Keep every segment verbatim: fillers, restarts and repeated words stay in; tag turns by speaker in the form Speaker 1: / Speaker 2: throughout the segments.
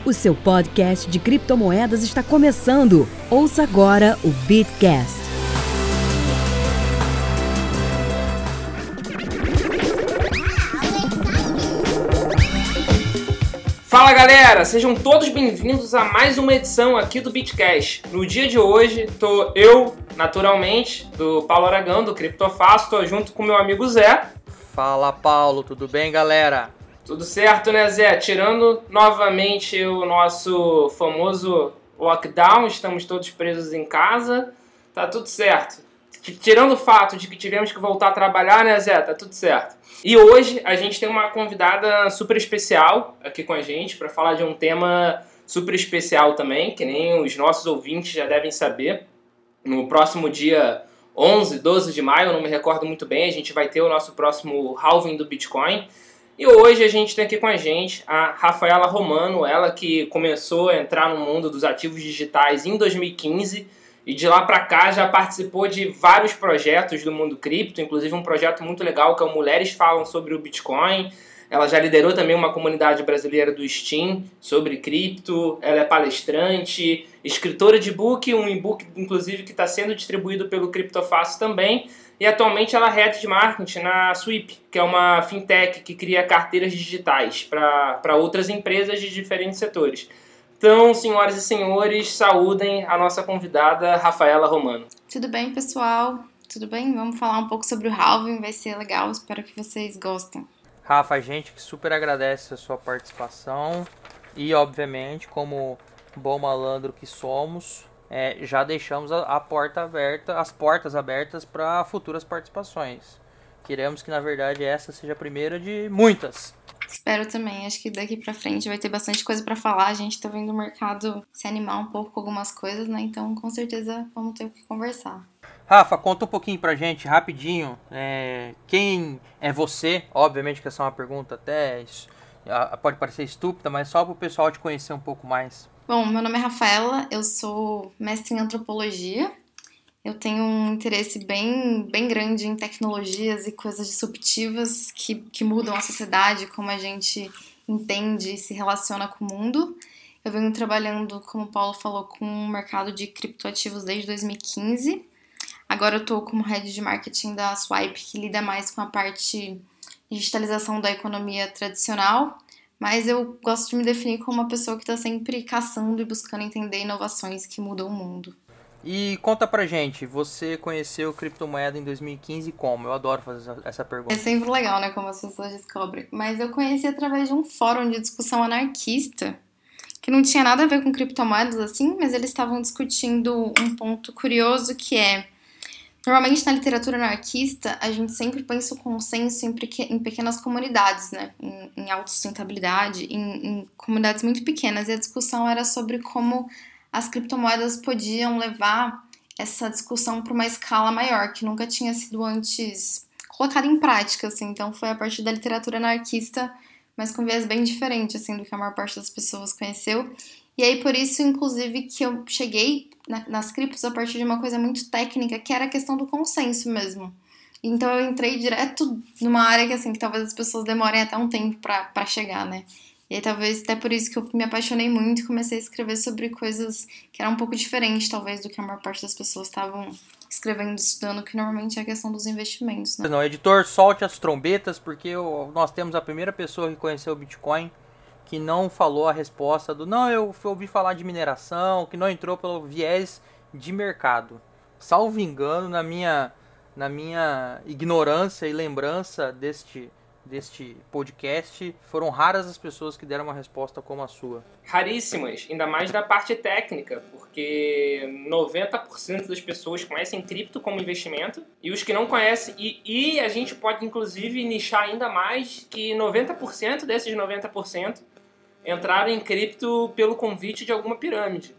Speaker 1: O seu podcast de criptomoedas está começando. Ouça agora o Bitcast.
Speaker 2: Fala galera, sejam todos bem-vindos a mais uma edição aqui do Bitcast. No dia de hoje, tô eu, naturalmente, do Paulo Aragão, do Criptofácil, tô junto com meu amigo Zé.
Speaker 3: Fala Paulo, tudo bem galera?
Speaker 2: Tudo certo, né, Zé? Tirando novamente o nosso famoso lockdown, estamos todos presos em casa, tá tudo certo. Tirando o fato de que tivemos que voltar a trabalhar, né, Zé? Tá tudo certo. E hoje a gente tem uma convidada super especial aqui com a gente para falar de um tema super especial também, que nem os nossos ouvintes já devem saber. No próximo dia onze, doze de maio, eu não me recordo muito bem, a gente vai ter o nosso próximo halving do Bitcoin. E hoje a gente tem aqui com a gente a Rafaela Romano, ela que começou a entrar no mundo dos ativos digitais em dois mil e quinze e de lá para cá já participou de vários projetos do mundo cripto, inclusive um projeto muito legal que é o Mulheres Falam sobre o Bitcoin. Ela já liderou também uma comunidade brasileira do Steam sobre cripto, ela é palestrante, escritora de book, um e-book inclusive que está sendo distribuído pelo Criptofácil também. E atualmente ela é Head de Marketing na Sweep, que é uma fintech que cria carteiras digitais para outras empresas de diferentes setores. Então, senhoras e senhores, saúdem a nossa convidada Rafaela Romano.
Speaker 4: Tudo bem, pessoal? Tudo bem? Vamos falar um pouco sobre o halving, vai ser legal, espero que vocês gostem.
Speaker 3: Rafa, a gente que super agradece a sua participação e, obviamente, como bom malandro que somos, é, já deixamos a, a porta aberta, as portas abertas para futuras participações. Queremos que, na verdade, essa seja a primeira de muitas.
Speaker 4: Espero também, acho que daqui pra frente vai ter bastante coisa pra falar, a gente tá vendo o mercado se animar um pouco com algumas coisas, né, então com certeza vamos ter o que conversar.
Speaker 3: Rafa, conta um pouquinho pra gente, rapidinho, é, quem é você? Obviamente que essa é uma pergunta até, pode parecer estúpida, mas só pro pessoal te conhecer um pouco mais.
Speaker 4: Bom, meu nome é Rafaela, eu sou mestre em antropologia. Eu tenho um interesse bem, bem grande em tecnologias e coisas disruptivas que, que mudam a sociedade, como a gente entende e se relaciona com o mundo. Eu venho trabalhando, como o Paulo falou, com o mercado de criptoativos desde dois mil e quinze. Agora eu estou como Head de Marketing da Swipe, que lida mais com a parte de digitalização da economia tradicional, mas eu gosto de me definir como uma pessoa que está sempre caçando e buscando entender inovações que mudam o mundo.
Speaker 3: E conta pra gente, você conheceu criptomoeda em dois mil e quinze como? Eu adoro fazer essa pergunta.
Speaker 4: É sempre legal, né, como as pessoas descobrem. Mas eu conheci através de um fórum de discussão anarquista, que não tinha nada a ver com criptomoedas assim, mas eles estavam discutindo um ponto curioso que é, normalmente na literatura anarquista, a gente sempre pensa o consenso em, pequ- em pequenas comunidades, né, em, em autossustentabilidade, em, em comunidades muito pequenas, e a discussão era sobre como as criptomoedas podiam levar essa discussão para uma escala maior, que nunca tinha sido antes colocada em prática, assim. Então foi a partir da literatura anarquista, mas com viés bem diferente, assim, do que a maior parte das pessoas conheceu. E aí, por isso, inclusive, que eu cheguei na, nas criptos a partir de uma coisa muito técnica, que era a questão do consenso mesmo. Então eu entrei direto numa área que, assim, que talvez as pessoas demorem até um tempo para chegar, né? E aí, talvez até por isso que eu me apaixonei muito e comecei a escrever sobre coisas que eram um pouco diferentes, talvez, do que a maior parte das pessoas estavam escrevendo, estudando, que normalmente é a questão dos investimentos, né?
Speaker 3: Não, editor, solte as trombetas, porque eu, nós temos a primeira pessoa que conheceu o Bitcoin que não falou a resposta do não, eu ouvi falar de mineração, que não entrou pelo viés de mercado. Salvo engano, na minha, na minha ignorância e lembrança deste... deste podcast, foram raras as pessoas que deram uma resposta como a sua.
Speaker 2: Raríssimas, ainda mais da parte técnica, porque noventa por cento das pessoas conhecem cripto como investimento, e os que não conhecem, e, e a gente pode inclusive nichar ainda mais que noventa por cento desses noventa por cento entraram em cripto pelo convite de alguma pirâmide.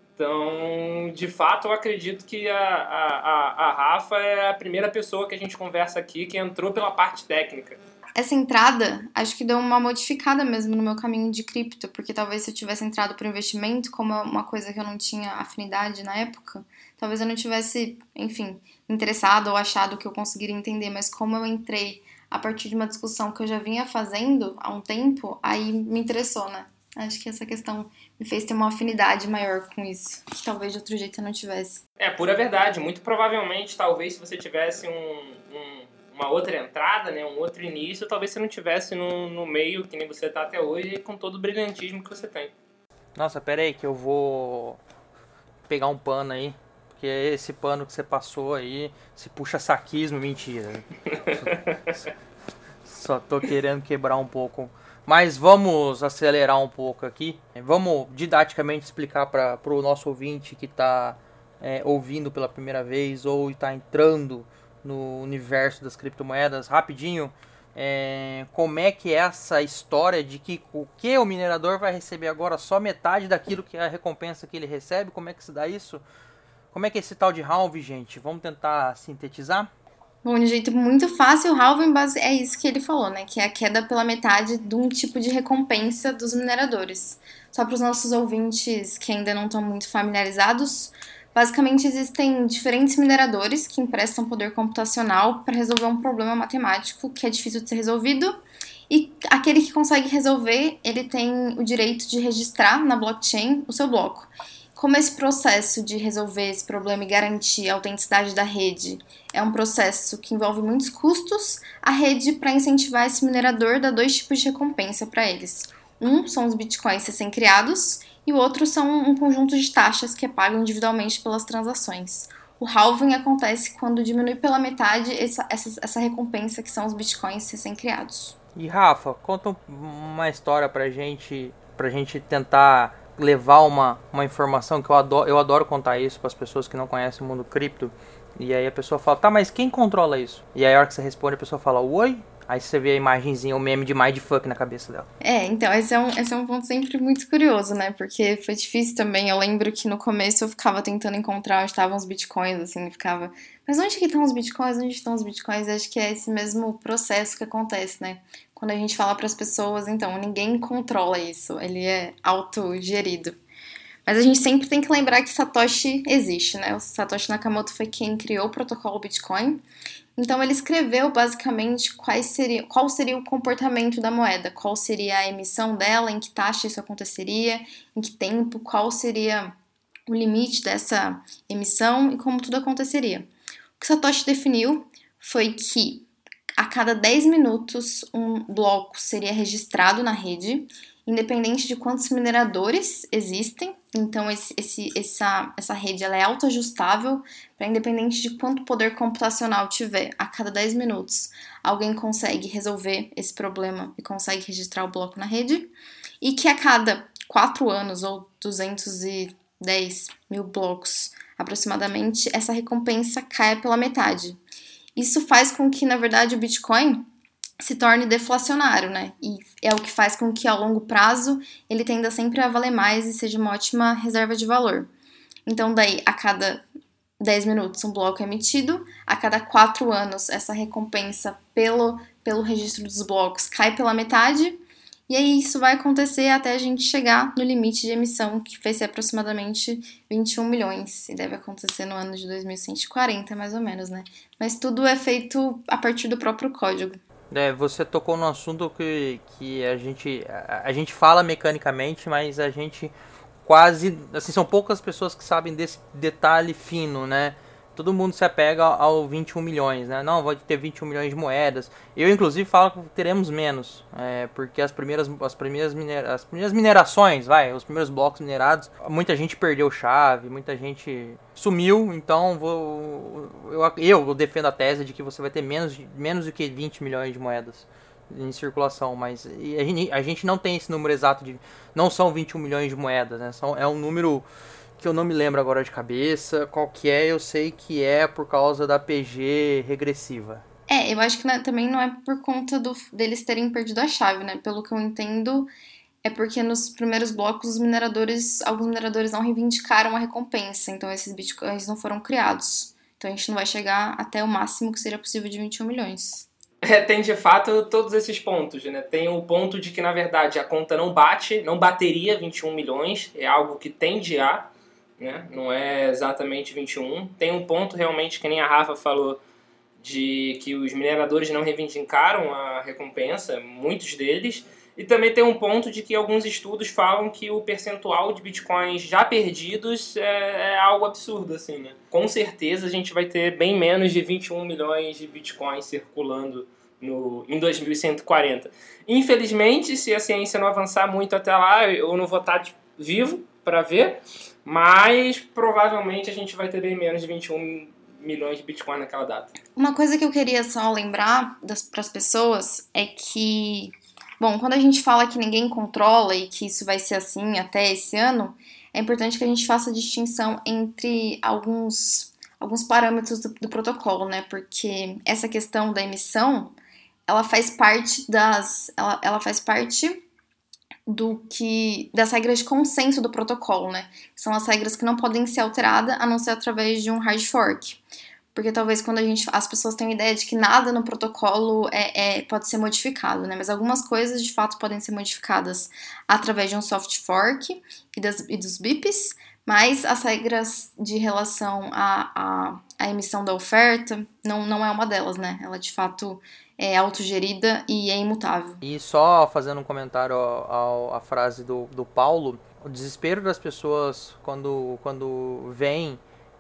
Speaker 2: Então, de fato, eu acredito que a, a, a, a Rafa é a primeira pessoa que a gente conversa aqui que entrou pela parte técnica.
Speaker 4: Essa entrada, acho que deu uma modificada mesmo no meu caminho de cripto, porque talvez se eu tivesse entrado por investimento, como é uma coisa que eu não tinha afinidade na época, talvez eu não tivesse, enfim, interessado ou achado que eu conseguiria entender, mas como eu entrei a partir de uma discussão que eu já vinha fazendo há um tempo, aí me interessou, né? Acho que essa questão me fez ter uma afinidade maior com isso, que talvez de outro jeito eu não tivesse.
Speaker 2: É pura verdade. Muito provavelmente, talvez, se você tivesse um, um, uma outra entrada, né, um outro início, talvez você não tivesse no, no meio, que nem você tá até hoje, com todo o brilhantismo que você tem.
Speaker 3: Nossa, pera aí que eu vou pegar um pano aí. Porque esse pano que você passou aí, se puxa saquismo, mentira. Só, só tô querendo quebrar um pouco. Mas vamos acelerar um pouco aqui. Vamos didaticamente explicar para o nosso ouvinte que está é, ouvindo pela primeira vez ou está entrando no universo das criptomoedas rapidinho. É, como é que é essa história de que o que o minerador vai receber agora só metade daquilo que é a recompensa que ele recebe? Como é que se dá isso? Como é que é esse tal de halving, gente? Vamos tentar sintetizar?
Speaker 4: Bom, de jeito muito fácil, o halving base é isso que ele falou, né? Que é a queda pela metade de um tipo de recompensa dos mineradores. Só para os nossos ouvintes que ainda não estão muito familiarizados, basicamente existem diferentes mineradores que emprestam poder computacional para resolver um problema matemático que é difícil de ser resolvido. E aquele que consegue resolver, ele tem o direito de registrar na blockchain o seu bloco. Como esse processo de resolver esse problema e garantir a autenticidade da rede é um processo que envolve muitos custos, a rede, para incentivar esse minerador, dá dois tipos de recompensa para eles. Um são os bitcoins recém-criados e o outro são um conjunto de taxas que é pago individualmente pelas transações. O halving acontece quando diminui pela metade essa, essa, essa recompensa que são os bitcoins recém-criados.
Speaker 3: E Rafa, conta uma história pra gente, pra gente tentar levar uma, uma informação que eu adoro, eu adoro contar isso para as pessoas que não conhecem o mundo cripto. E aí a pessoa fala, tá, mas quem controla isso? E aí a hora que você responde, a pessoa fala, oi? Aí você vê a imagenzinha, o meme de mindfuck na cabeça dela.
Speaker 4: É, então, esse é, um, esse é um ponto sempre muito curioso, né? Porque foi difícil também. Eu lembro que no começo eu ficava tentando encontrar onde estavam os bitcoins, assim, eu ficava... Mas onde que estão os bitcoins? Onde estão os bitcoins? Acho que é esse mesmo processo que acontece, né? Quando a gente fala para as pessoas, então, ninguém controla isso. Ele é autogerido. Mas a gente sempre tem que lembrar que Satoshi existe, né? O Satoshi Nakamoto foi quem criou o protocolo Bitcoin. Então ele escreveu basicamente quais seria, qual seria o comportamento da moeda, qual seria a emissão dela, em que taxa isso aconteceria, em que tempo, qual seria o limite dessa emissão e como tudo aconteceria. O que Satoshi definiu foi que a cada dez minutos um bloco seria registrado na rede, independente de quantos mineradores existem. Então esse, esse, essa, essa rede ela é autoajustável para independente de quanto poder computacional tiver. A cada dez minutos alguém consegue resolver esse problema e consegue registrar o bloco na rede. E que a cada quatro anos ou duzentos e dez mil blocos aproximadamente, essa recompensa caia pela metade. Isso faz com que, na verdade, o Bitcoin se torne deflacionário, né? E é o que faz com que, ao longo prazo, ele tenda sempre a valer mais e seja uma ótima reserva de valor. Então, daí, a cada dez minutos, um bloco é emitido, a cada quatro anos, essa recompensa pelo, pelo registro dos blocos cai pela metade, e aí isso vai acontecer até a gente chegar no limite de emissão, que vai ser aproximadamente vinte e um milhões, e deve acontecer no ano de dois mil cento e quarenta, mais ou menos, né? Mas tudo é feito a partir do próprio código.
Speaker 3: É, você tocou num assunto que, que a, gente, a, a gente fala mecanicamente, mas a gente quase... Assim, são poucas pessoas que sabem desse detalhe fino, né? Todo mundo se apega ao vinte e um milhões, né? Não, vai ter vinte e um milhões de moedas. Eu, inclusive, falo que teremos menos, é, porque as primeiras, as, primeiras minera, as primeiras minerações, vai, os primeiros blocos minerados, muita gente perdeu chave, muita gente sumiu, então vou, eu, eu defendo a tese de que você vai ter menos, menos do que vinte milhões de moedas em circulação, mas a gente, a gente não tem esse número exato, de não são vinte e um milhões de moedas, né? São, é um número... que eu não me lembro agora de cabeça, qual que é, eu sei que é por causa da P G regressiva.
Speaker 4: É, eu acho que né, também não é por conta do, deles terem perdido a chave, né? Pelo que eu entendo, é porque nos primeiros blocos os mineradores, alguns mineradores não reivindicaram a recompensa, então esses bitcoins não foram criados. Então a gente não vai chegar até o máximo que seria possível de vinte e um milhões.
Speaker 2: É, tem de fato todos esses pontos, né? Tem o ponto de que, na verdade, a conta não bate, não bateria vinte e um milhões, é algo que tende a, né? Não é exatamente vinte e um. Tem um ponto realmente que nem a Rafa falou, de que os mineradores não reivindicaram a recompensa, muitos deles, E também tem um ponto de que alguns estudos falam que o percentual de bitcoins já perdidos é, é algo absurdo, assim, né? Com certeza a gente vai ter bem menos de vinte e um milhões de bitcoins circulando no, em dois mil cento e quarenta. Infelizmente, se a ciência não avançar muito até lá, eu não vou estar vivo para ver, mas provavelmente a gente vai ter bem menos de vinte e um milhões de bitcoin naquela data.
Speaker 4: Uma coisa que eu queria só lembrar para as pessoas é que, bom, quando a gente fala que ninguém controla e que isso vai ser assim até esse ano, é importante que a gente faça a distinção entre alguns, alguns parâmetros do, do protocolo, né? Porque essa questão da emissão, ela faz parte das, ela, ela faz parte do que das regras de consenso do protocolo, né? São as regras que não podem ser alteradas a não ser através de um hard fork. Porque talvez quando a gente, as pessoas têm a ideia de que nada no protocolo é, é, pode ser modificado, né? Mas algumas coisas de fato podem ser modificadas através de um soft fork e, das, e dos B I Ps, mas as regras de relação à, à, à emissão da oferta não, não é uma delas, né? Ela de fato é autogerida e é imutável.
Speaker 3: E só fazendo um comentário à frase do, do Paulo, o desespero das pessoas quando, quando vem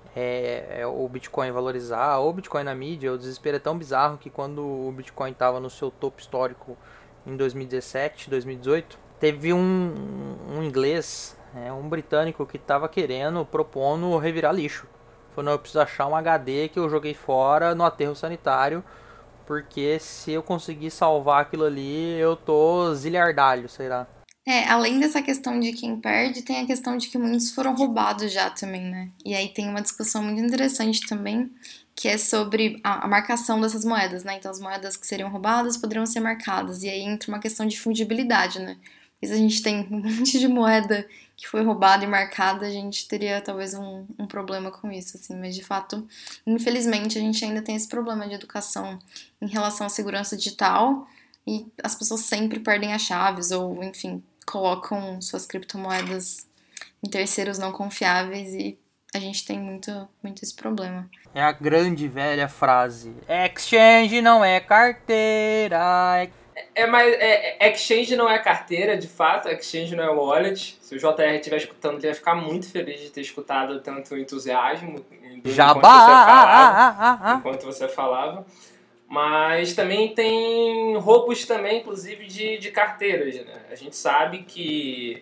Speaker 3: é, é, o Bitcoin valorizar, ou o Bitcoin na mídia, o desespero é tão bizarro que quando o Bitcoin estava no seu topo histórico em dois mil e dezessete, dois mil e dezoito, teve um, um inglês, é, um britânico que estava querendo, propondo revirar lixo. Falou, não, eu preciso achar um H D que eu joguei fora no aterro sanitário, porque se eu conseguir salvar aquilo ali, eu tô zilhardalho, sei lá.
Speaker 4: É, além dessa questão de quem perde, tem a questão de que muitos foram roubados já também, né? E aí tem uma discussão muito interessante também, que é sobre a, a marcação dessas moedas, né? Então as moedas que seriam roubadas poderiam ser marcadas, e aí entra uma questão de fungibilidade, né? Porque se a gente tem um monte de moeda que foi roubada e marcada, a gente teria talvez um, um problema com isso, assim. Mas de fato, infelizmente, a gente ainda tem esse problema de educação em relação à segurança digital, e as pessoas sempre perdem as chaves, ou enfim, colocam suas criptomoedas em terceiros não confiáveis, e a gente tem muito, muito esse problema.
Speaker 3: É a grande velha frase: exchange não é carteira.
Speaker 2: É, mas é, exchange não é carteira, de fato, exchange não é wallet. Se o J R estiver escutando, ele vai ficar muito feliz de ter escutado tanto entusiasmo
Speaker 3: Jabá!
Speaker 2: enquanto você falava. Enquanto você falava. Mas também tem roubos também, inclusive, de, de carteiras, né? A gente sabe que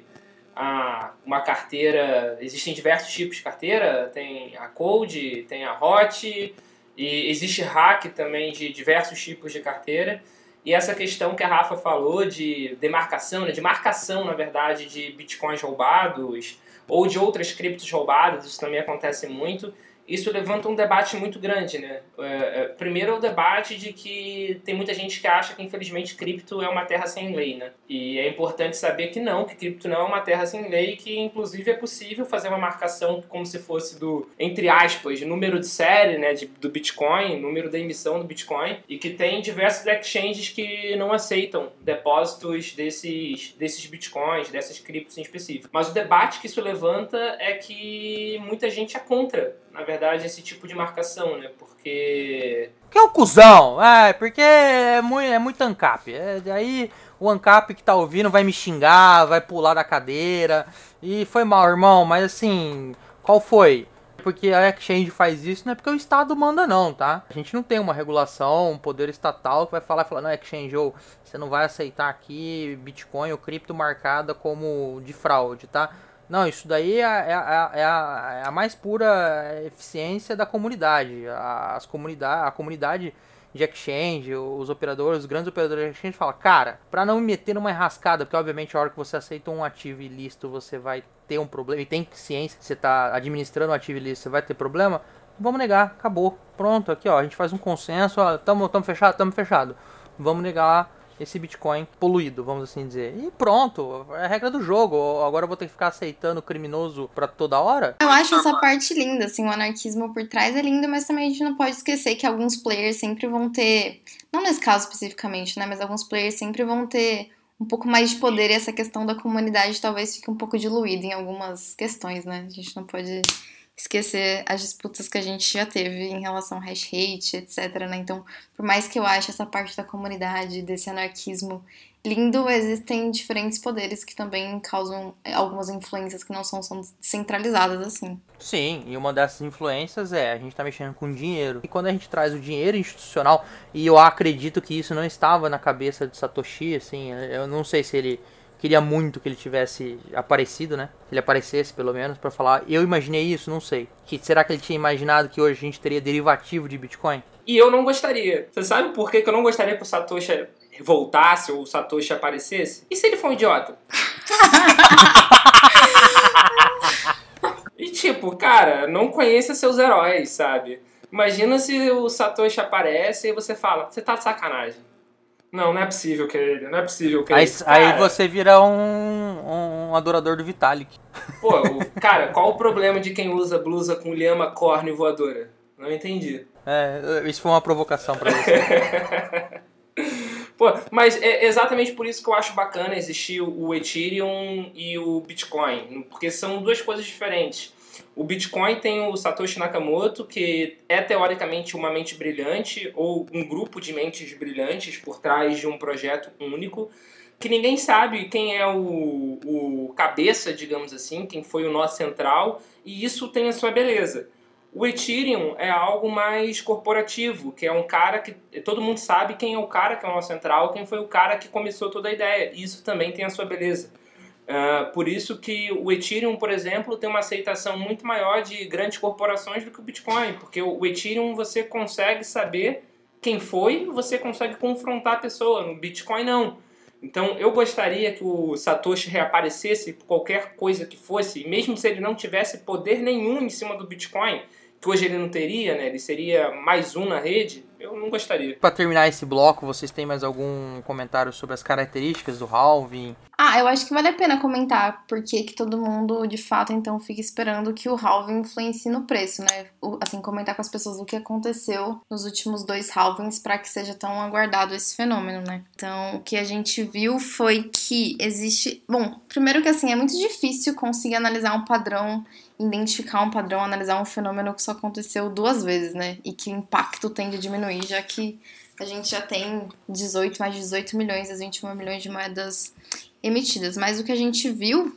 Speaker 2: a, uma carteira... Existem diversos tipos de carteira. Tem a Cold, tem a Hot, e existe hack também de diversos tipos de carteira. E essa questão que a Rafa falou de demarcação, né, de marcação, na verdade, de bitcoins roubados ou de outras criptos roubadas, isso também acontece muito. Isso levanta um debate muito grande, né? É, primeiro é o debate de que tem muita gente que acha que, infelizmente, cripto é uma terra sem lei, né? E é importante saber que não, que cripto não é uma terra sem lei, que, inclusive, é possível fazer uma marcação como se fosse do, entre aspas, número de série, né, de, do Bitcoin, número da emissão do Bitcoin, e que tem diversos exchanges que não aceitam depósitos desses, desses Bitcoins, dessas criptos em específico. Mas o debate que isso levanta é que muita gente é contra, na verdade, esse tipo de marcação, né? Porque...
Speaker 3: Que é o cuzão, é, porque é muito, é muito ANCAP. É, aí o ANCAP que tá ouvindo vai me xingar, vai pular da cadeira. E foi mal, irmão, mas assim, qual foi? Porque a exchange faz isso, não é porque o Estado manda não, tá? A gente não tem uma regulação, um poder estatal que vai falar, falar não, exchange, ou você não vai aceitar aqui Bitcoin ou cripto marcada como de fraude, tá? Não, isso daí é a, é, a, é, a, é a mais pura eficiência da comunidade. As comunidade, a comunidade de exchange, os operadores, os grandes operadores de exchange falam, cara, pra não me meter numa enrascada, porque obviamente a hora que você aceita um ativo ilícito, você vai ter um problema, e tem ciência que você tá administrando um ativo ilícito, você vai ter problema, vamos negar, acabou, pronto, aqui ó, a gente faz um consenso, ó, tamo, tamo fechado, tamo fechado, vamos negar esse Bitcoin poluído, vamos assim dizer. E pronto, é a regra do jogo. Agora eu vou ter que ficar aceitando o criminoso pra toda hora?
Speaker 4: Eu acho essa parte linda, assim, o anarquismo por trás é lindo, mas também a gente não pode esquecer que alguns players sempre vão ter, não nesse caso especificamente, né, mas alguns players sempre vão ter um pouco mais de poder, e essa questão da comunidade talvez fique um pouco diluída em algumas questões, né? A gente não pode esquecer as disputas que a gente já teve em relação ao hash rate, etc, né? Então, por mais que eu ache essa parte da comunidade, desse anarquismo lindo, existem diferentes poderes que também causam algumas influências que não são, são centralizadas assim.
Speaker 3: Sim, e uma dessas influências é a gente está mexendo com dinheiro. E quando a gente traz o dinheiro institucional, e eu acredito que isso não estava na cabeça de Satoshi, assim, eu não sei se ele queria muito que ele tivesse aparecido, né? Que ele aparecesse, pelo menos, para falar, eu imaginei isso, não sei. Que, será que ele tinha imaginado que hoje a gente teria derivativo de Bitcoin?
Speaker 2: E eu não gostaria. Você sabe por que eu não gostaria que o Satoshi voltasse ou o Satoshi aparecesse? E se ele for um idiota? E tipo, cara, não conheça seus heróis, sabe? Imagina se o Satoshi aparece e você fala, você tá de sacanagem. Não, não é possível que ele, não é possível que
Speaker 3: aí,
Speaker 2: ele...
Speaker 3: Aí você vira um, um adorador do Vitalik.
Speaker 2: Pô, o, cara, qual o problema de quem usa blusa com lhama, corno e voadora? Não entendi.
Speaker 3: É, isso foi uma provocação pra você.
Speaker 2: Pô, mas é exatamente por isso que eu acho bacana existir o Ethereum e o Bitcoin, porque são duas coisas diferentes. O Bitcoin tem o Satoshi Nakamoto, que é teoricamente uma mente brilhante, ou um grupo de mentes brilhantes por trás de um projeto único, que ninguém sabe quem é o, o cabeça, digamos assim, quem foi o nó central, e isso tem a sua beleza. O Ethereum é algo mais corporativo, que é um cara que todo mundo sabe quem é o cara que é o nó central, quem foi o cara que começou toda a ideia. E isso também tem a sua beleza. Uh, por isso que o Ethereum, por exemplo, tem uma aceitação muito maior de grandes corporações do que o Bitcoin, porque o Ethereum você consegue saber quem foi, você consegue confrontar a pessoa, no Bitcoin não. Então eu gostaria que o Satoshi reaparecesse por qualquer coisa que fosse, mesmo se ele não tivesse poder nenhum em cima do Bitcoin, que hoje ele não teria, né? Ele seria mais um na rede, eu não gostaria.
Speaker 3: Para terminar esse bloco, vocês têm mais algum comentário sobre as características do halving?
Speaker 4: Ah, eu acho que vale a pena comentar porque que todo mundo, de fato, então fica esperando que o halving influencie no preço, né? Assim, comentar com as pessoas o que aconteceu nos últimos dois halvings para que seja tão aguardado esse fenômeno, né? Então, o que a gente viu foi que existe... Bom, primeiro que, assim, é muito difícil conseguir analisar um padrão, identificar um padrão, analisar um fenômeno que só aconteceu duas vezes, né? E que o impacto tende a diminuir, já que a gente já tem dezoito, mais de dezoito milhões, das vinte e um milhões de moedas emitidas. Mas o que a gente viu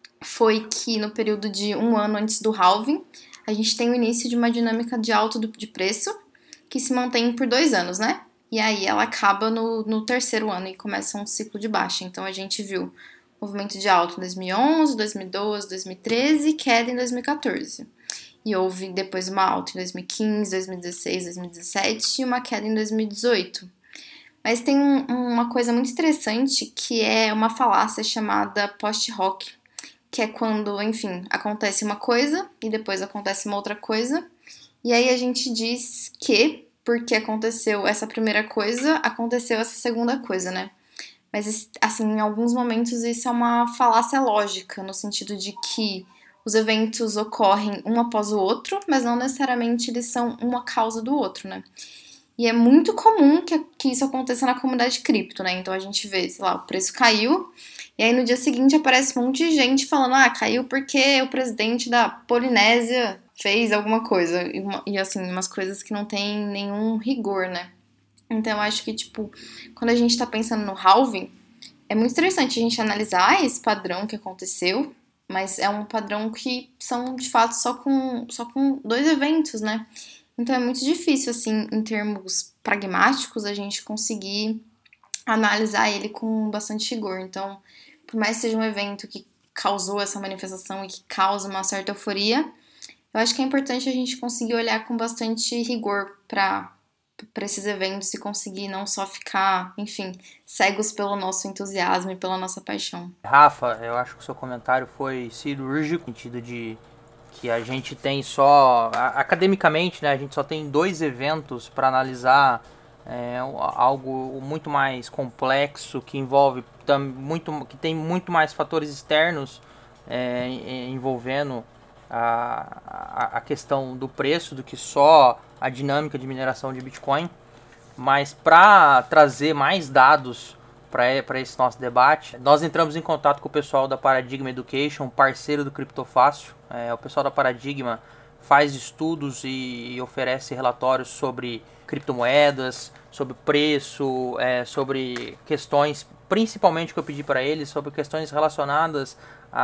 Speaker 4: foi que no período de um ano antes do halving, a gente tem o início de uma dinâmica de alta de preço que se mantém por dois anos, né? E aí ela acaba no, no terceiro ano e começa um ciclo de baixa. Então a gente viu movimento de alta em dois mil e onze, dois mil e doze, dois mil e treze e queda em dois mil e quatorze. E houve depois uma alta em dois mil e quinze, dois mil e dezesseis, dois mil e dezessete e uma queda em dois mil e dezoito. Mas tem um, uma coisa muito interessante que é uma falácia chamada post-hoc, que é quando, enfim, acontece uma coisa e depois acontece uma outra coisa. E aí a gente diz que, porque aconteceu essa primeira coisa, aconteceu essa segunda coisa, né? Mas, assim, em alguns momentos isso é uma falácia lógica, no sentido de que os eventos ocorrem um após o outro, mas não necessariamente eles são uma causa do outro, né? E é muito comum que, que isso aconteça na comunidade cripto, né? Então a gente vê, sei lá, o preço caiu, e aí no dia seguinte aparece um monte de gente falando, ah, caiu porque o presidente da Polinésia fez alguma coisa. E, uma, e assim, umas coisas que não tem nenhum rigor, né? Então eu acho que, tipo, quando a gente tá pensando no halving, é muito interessante a gente analisar esse padrão que aconteceu, mas é um padrão que são, de fato, só com, só com dois eventos, né? Então é muito difícil, assim, em termos pragmáticos, a gente conseguir analisar ele com bastante rigor. Então, por mais que seja um evento que causou essa manifestação e que causa uma certa euforia, eu acho que é importante a gente conseguir olhar com bastante rigor para para esses eventos e conseguir não só ficar, enfim, cegos pelo nosso entusiasmo e pela nossa paixão.
Speaker 3: Rafa, eu acho que o seu comentário foi cirúrgico, no sentido de que a gente tem só, academicamente, né, a gente só tem dois eventos para analisar é, algo muito mais complexo, que envolve muito, que tem muito mais fatores externos é, envolvendo a, a, a questão do preço do que só a dinâmica de mineração de Bitcoin. Mas para trazer mais dados para esse nosso debate, nós entramos em contato com o pessoal da Paradigma Education, parceiro do Criptofácil. É, o pessoal da Paradigma faz estudos e oferece relatórios sobre criptomoedas, sobre preço, é, sobre questões, principalmente que eu pedi para eles, sobre questões relacionadas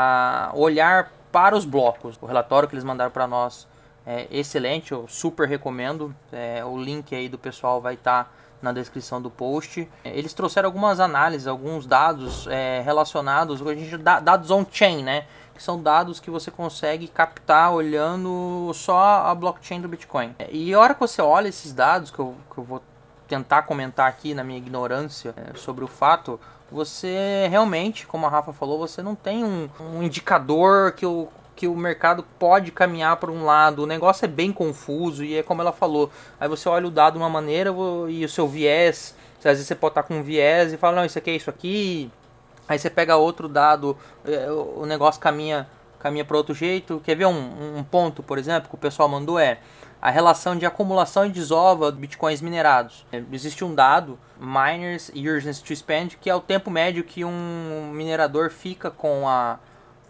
Speaker 3: a olhar para os blocos. O relatório que eles mandaram para nós é excelente, eu super recomendo. É, o link aí do pessoal vai estar tá na descrição do post. Eles trouxeram algumas análises, alguns dados é, relacionados, a gente, dados on-chain, né? Que são dados que você consegue captar olhando só a blockchain do Bitcoin. E a hora que você olha esses dados, que eu, que eu vou tentar comentar aqui na minha ignorância é, sobre o fato, você realmente, como a Rafa falou, você não tem um, um indicador que o, que o mercado pode caminhar para um lado. O negócio é bem confuso e é como ela falou. Aí você olha o dado de uma maneira e o seu viés, às vezes você pode estar com um viés e fala, não, isso aqui é isso aqui. Aí você pega outro dado, o negócio caminha, caminha para outro jeito. Quer ver um, um ponto, por exemplo, que o pessoal mandou é a relação de acumulação e desova de bitcoins minerados. Existe um dado, miners years to spend, que é o tempo médio que um minerador fica com a,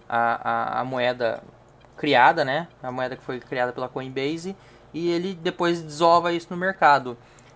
Speaker 3: a, a, a moeda criada, né? A moeda que foi criada pela Coinbase, e ele depois desova isso no mercado.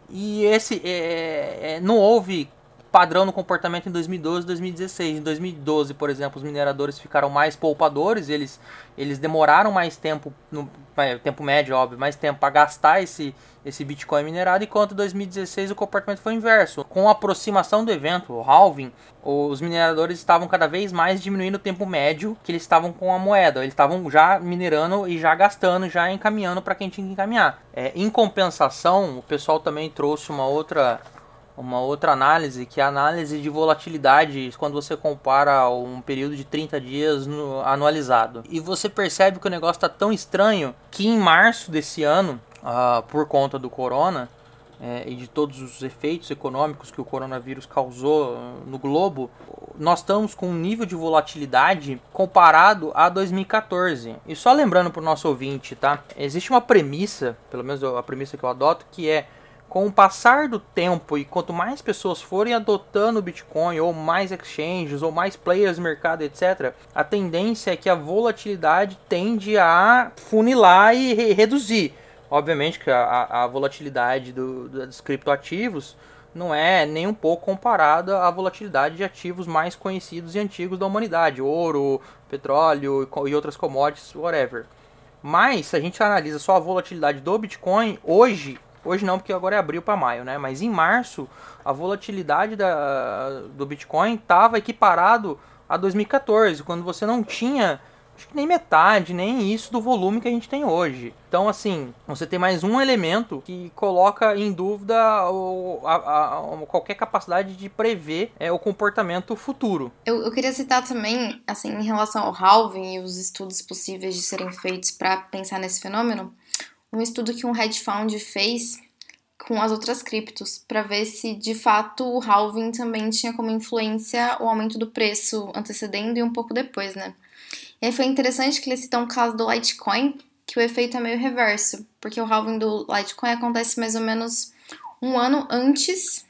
Speaker 3: E esse é, é, não houve padrão no comportamento em dois mil e doze e dois mil e dezesseis. Em dois mil e doze, por exemplo, os mineradores ficaram mais poupadores, eles, eles demoraram mais tempo, no tempo médio, óbvio, mais tempo para gastar esse, esse Bitcoin minerado, enquanto em dois mil e dezesseis o comportamento foi inverso. Com a aproximação do evento, o halving, os mineradores estavam cada vez mais diminuindo o tempo médio que eles estavam com a moeda. Eles estavam já minerando e já gastando, já encaminhando para quem tinha que encaminhar. É, em compensação, o pessoal também trouxe uma outra... Uma outra análise, que é a análise de volatilidade quando você compara um período de trinta dias no, anualizado. E você percebe que o negócio está tão estranho que em março desse ano, uh, por conta do corona é, e de todos os efeitos econômicos que o coronavírus causou no globo, nós estamos com um nível de volatilidade comparado a dois mil e quatorze. E só lembrando para o nosso ouvinte, tá? Existe uma premissa, pelo menos a premissa que eu adoto, que é: com o passar do tempo e quanto mais pessoas forem adotando o Bitcoin, ou mais exchanges, ou mais players no mercado, etcétera, a tendência é que a volatilidade tende a funilar e re reduzir. Obviamente que a, a volatilidade do, dos criptoativos não é nem um pouco comparada à volatilidade de ativos mais conhecidos e antigos da humanidade, ouro, petróleo e outras commodities, whatever. Mas, se a gente analisa só a volatilidade do Bitcoin, hoje... Hoje não, porque agora é abril para maio, né? Mas em março, a volatilidade da, do Bitcoin estava equiparado a dois mil e quatorze, quando você não tinha, acho que nem metade, nem isso do volume que a gente tem hoje. Então, assim, você tem mais um elemento que coloca em dúvida o, a, a, a, qualquer capacidade de prever é, o comportamento futuro.
Speaker 4: Eu, eu queria citar também, assim, em relação ao halving e os estudos possíveis de serem feitos para pensar nesse fenômeno, um estudo que um hedge fund fez com as outras criptos, para ver se de fato o halving também tinha como influência o aumento do preço antecedendo e um pouco depois, né? E aí foi interessante que eles citam o caso do Litecoin, que o efeito é meio reverso, porque o halving do Litecoin acontece mais ou menos um ano antes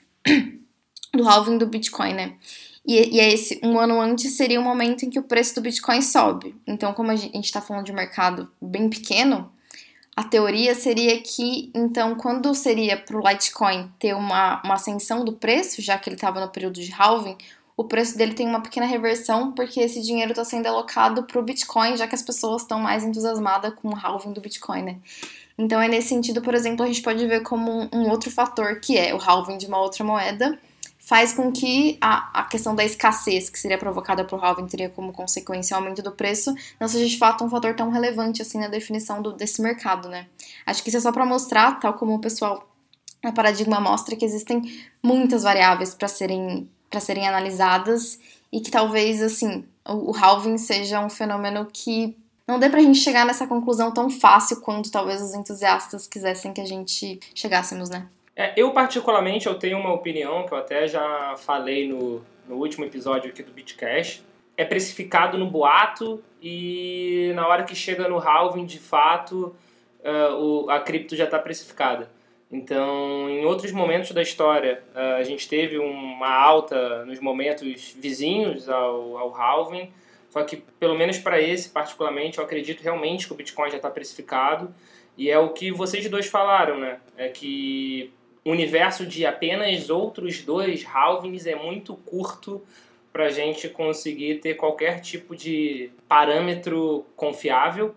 Speaker 4: do halving do Bitcoin, né? E, e é esse um ano antes seria o momento em que o preço do Bitcoin sobe. Então, como a gente está falando de um mercado bem pequeno, a teoria seria que, então, quando seria para o Litecoin ter uma, uma ascensão do preço, já que ele estava no período de halving, o preço dele tem uma pequena reversão, porque esse dinheiro está sendo alocado para o Bitcoin, já que as pessoas estão mais entusiasmadas com o halving do Bitcoin, né? Então, é nesse sentido, por exemplo, a gente pode ver como um, um outro fator, que é o halving de uma outra moeda, faz com que a, a questão da escassez que seria provocada por halving teria como consequência o aumento do preço, não seja de fato um fator tão relevante assim na definição do, desse mercado, né? Acho que isso é só para mostrar, tal como o pessoal na Paradigma mostra, que existem muitas variáveis para serem, para serem analisadas e que talvez, assim, o, o halving seja um fenômeno que não dê pra gente chegar nessa conclusão tão fácil quanto talvez os entusiastas quisessem que a gente chegássemos, né?
Speaker 2: É, eu, particularmente, eu tenho uma opinião que eu até já falei no, no último episódio aqui do Bitcash. É precificado no boato e na hora que chega no halving, de fato, uh, o, a cripto já está precificada. Então, em outros momentos da história, uh, a gente teve uma alta nos momentos vizinhos ao, ao halving, Só que, pelo menos para esse particularmente, eu acredito realmente que o Bitcoin já está precificado. E é o que vocês dois falaram, né? É que o universo de apenas outros dois halvings é muito curto para a gente conseguir ter qualquer tipo de parâmetro confiável.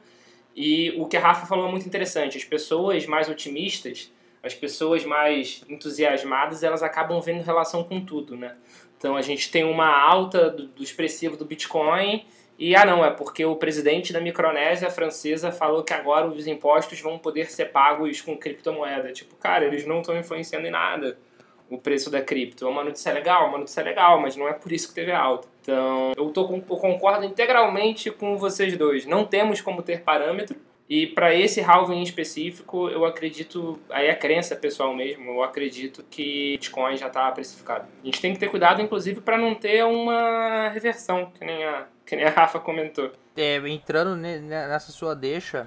Speaker 2: E o que a Rafa falou é muito interessante. As pessoas mais otimistas, as pessoas mais entusiasmadas, elas acabam vendo relação com tudo, né? Então a gente tem uma alta do, do expressivo do Bitcoin e, ah não, é porque o presidente da Micronésia francesa falou que agora os impostos vão poder ser pagos com criptomoeda. Tipo, cara, eles não estão influenciando em nada o preço da cripto. É uma notícia legal, uma notícia legal, mas não é por isso que teve alta. Então, eu, tô com, eu concordo integralmente com vocês dois. Não temos como ter parâmetro. E para esse halving em específico, eu acredito, aí é crença pessoal mesmo, eu acredito que Bitcoin já está precificado. A gente tem que ter cuidado, inclusive, para não ter uma reversão, que nem a, que nem a Rafa comentou.
Speaker 3: É, entrando nessa sua deixa,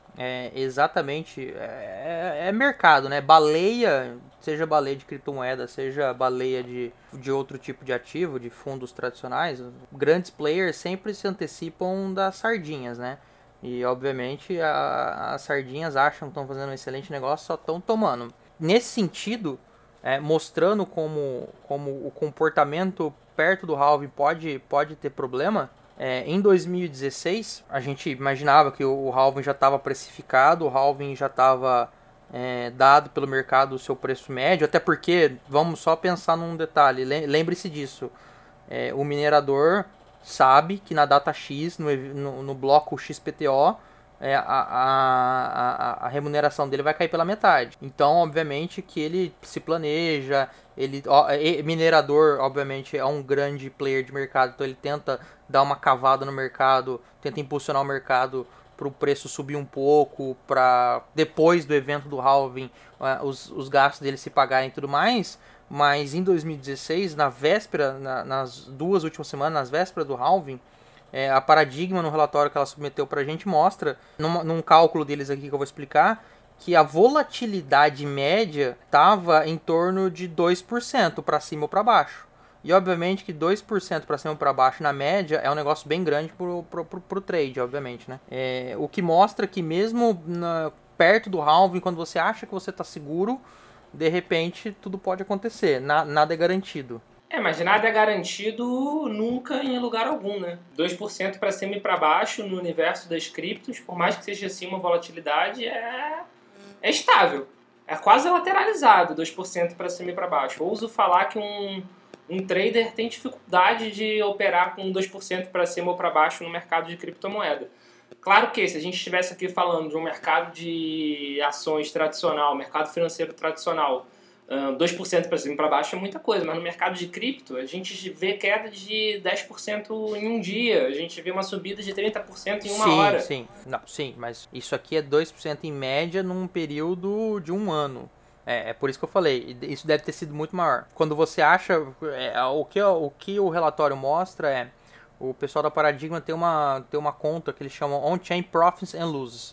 Speaker 3: é, exatamente, é, é mercado, né? Baleia, seja baleia de criptomoeda, seja baleia de, de outro tipo de ativo, de fundos tradicionais, grandes players sempre se antecipam das sardinhas, né? E, obviamente, a, as sardinhas acham que estão fazendo um excelente negócio, só estão tomando. Nesse sentido, é, mostrando como, como o comportamento perto do halving pode, pode ter problema, é, em dois mil e dezesseis, a gente imaginava que o, o halving já estava precificado, o halving já estava é, dado pelo mercado o seu preço médio, até porque, vamos só pensar num detalhe, lembre-se disso, é, o minerador sabe que na data X, no, no, no bloco X P T O, é, a, a, a, a remuneração dele vai cair pela metade. Então, obviamente, que ele se planeja, ele, ó, minerador, obviamente, é um grande player de mercado, então ele tenta dar uma cavada no mercado, tenta impulsionar o mercado para o preço subir um pouco, para depois do evento do halving, uh, os, os gastos dele se pagarem e tudo mais. Mas em dois mil e dezesseis, na véspera, na, nas duas últimas semanas, nas vésperas do halving, é, a Paradigma, no relatório que ela submeteu para a gente, mostra, num, num cálculo deles aqui que eu vou explicar, que a volatilidade média estava em torno de dois por cento para cima ou para baixo. E obviamente que dois por cento para cima ou para baixo na média é um negócio bem grande pro, pro, pro, pro trade, obviamente, né? É, o que mostra que mesmo na, perto do halving, quando você acha que você está seguro, de repente tudo pode acontecer, Na, nada é garantido.
Speaker 2: É, mas nada é garantido nunca em lugar algum, né? dois por cento para cima e para baixo no universo das criptos, por mais que seja assim uma volatilidade, é, é estável. É quase lateralizado, dois por cento para cima e para baixo. Ouso falar que um, um trader tem dificuldade de operar com dois por cento para cima ou para baixo no mercado de criptomoeda. Claro que se a gente estivesse aqui falando de um mercado de ações tradicional, mercado financeiro tradicional, dois por cento para cima e para baixo é muita coisa, mas no mercado de cripto a gente vê queda de dez por cento em um dia, a gente vê uma subida de trinta por cento em uma
Speaker 3: sim,
Speaker 2: hora.
Speaker 3: Sim, não, sim, mas isso aqui é dois por cento em média num período de um ano. É, é por isso que eu falei, isso deve ter sido muito maior. Quando você acha, é, o, que, o que o relatório mostra é, o pessoal da Paradigma tem uma, tem uma conta que eles chamam On-Chain Profits and Losses.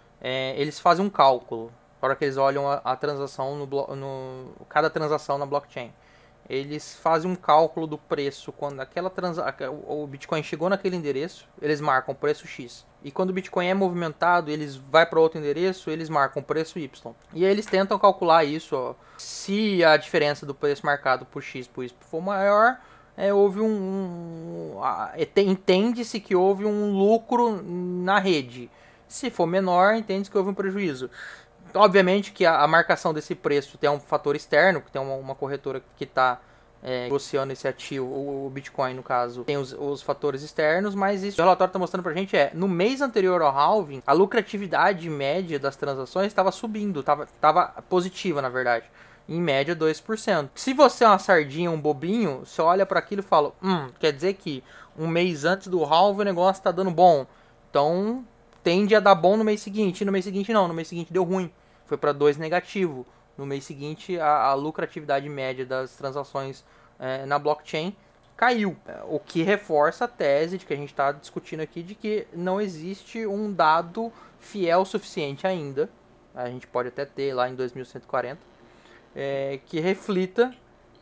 Speaker 3: É, eles fazem um cálculo, na hora que eles olham a, a transação, no, no, cada transação na blockchain. Eles fazem um cálculo do preço, quando aquela transa, o Bitcoin chegou naquele endereço, eles marcam o preço X. E quando o Bitcoin é movimentado, eles vai para outro endereço, eles marcam o preço Y. E aí eles tentam calcular isso, ó, se a diferença do preço marcado por X por Y for maior, É, houve um, um entende-se que houve um lucro na rede. Se for menor, entende-se que houve um prejuízo. Obviamente que a, a marcação desse preço tem um fator externo, que tem uma, uma corretora que está é, negociando esse ativo, o, o Bitcoin no caso, tem os, os fatores externos, mas isso o relatório está mostrando pra gente é, no mês anterior ao halving, a lucratividade média das transações estava subindo, estava positiva na verdade. Em média dois por cento. Se você é uma sardinha, um bobinho, você olha para aquilo e fala, hum, quer dizer que um mês antes do halving o negócio tá dando bom. Então, tende a dar bom no mês seguinte. E no mês seguinte não, no mês seguinte deu ruim. Foi para dois negativo. No mês seguinte, a, a lucratividade média das transações é, na blockchain caiu. O que reforça a tese de que a gente está discutindo aqui de que não existe um dado fiel o suficiente ainda. A gente pode até ter lá em dois mil cento e quarenta. É, que reflita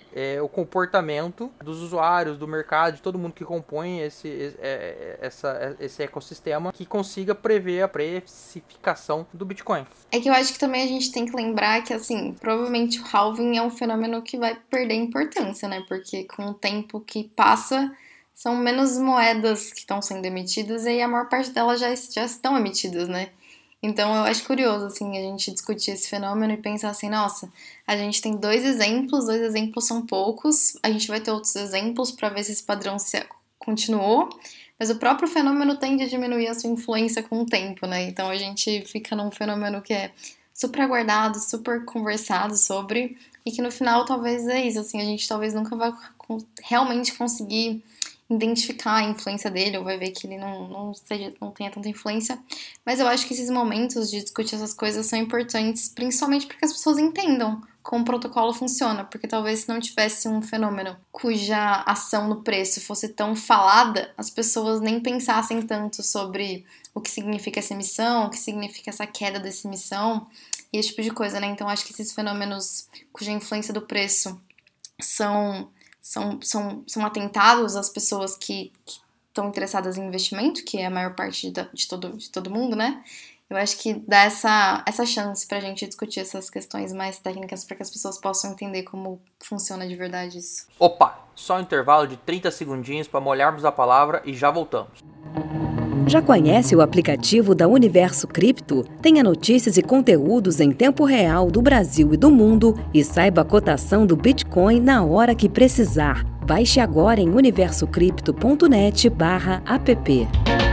Speaker 3: é, o comportamento dos usuários, do mercado, de todo mundo que compõe esse, é, essa, esse ecossistema, que consiga prever a precificação do Bitcoin.
Speaker 4: É que eu acho que também a gente tem que lembrar que, assim, provavelmente o halving é um fenômeno que vai perder importância, né? Porque com o tempo que passa, são menos moedas que estão sendo emitidas e a maior parte delas já, já estão emitidas, né? Então eu acho curioso, assim, a gente discutir esse fenômeno e pensar assim, nossa, a gente tem dois exemplos, dois exemplos são poucos, a gente vai ter outros exemplos para ver se esse padrão se continuou, mas o próprio fenômeno tende a diminuir a sua influência com o tempo, né? Então a gente fica num fenômeno que é super aguardado, super conversado sobre, e que no final talvez é isso, assim, a gente talvez nunca vai realmente conseguir identificar a influência dele, ou vai ver que ele não, não, seja, não tenha tanta influência. Mas eu acho que esses momentos de discutir essas coisas são importantes, principalmente para que as pessoas entendam como o protocolo funciona, porque talvez se não tivesse um fenômeno cuja ação no preço fosse tão falada, as pessoas nem pensassem tanto sobre o que significa essa emissão, o que significa essa queda dessa emissão, e esse tipo de coisa, né? Então acho que esses fenômenos cuja influência do preço são... São, são, são atentados às pessoas que estão interessadas em investimento, que é a maior parte de, de, todo, de todo mundo, né? Eu acho que dá essa, essa chance pra gente discutir essas questões mais técnicas para que as pessoas possam entender como funciona de verdade isso.
Speaker 3: Opa, só um intervalo de trinta segundinhos para molharmos a palavra e já voltamos.
Speaker 1: Já conhece o aplicativo da Universo Cripto? Tenha notícias e conteúdos em tempo real do Brasil e do mundo e saiba a cotação do Bitcoin na hora que precisar. Baixe agora em universocripto.net barra app.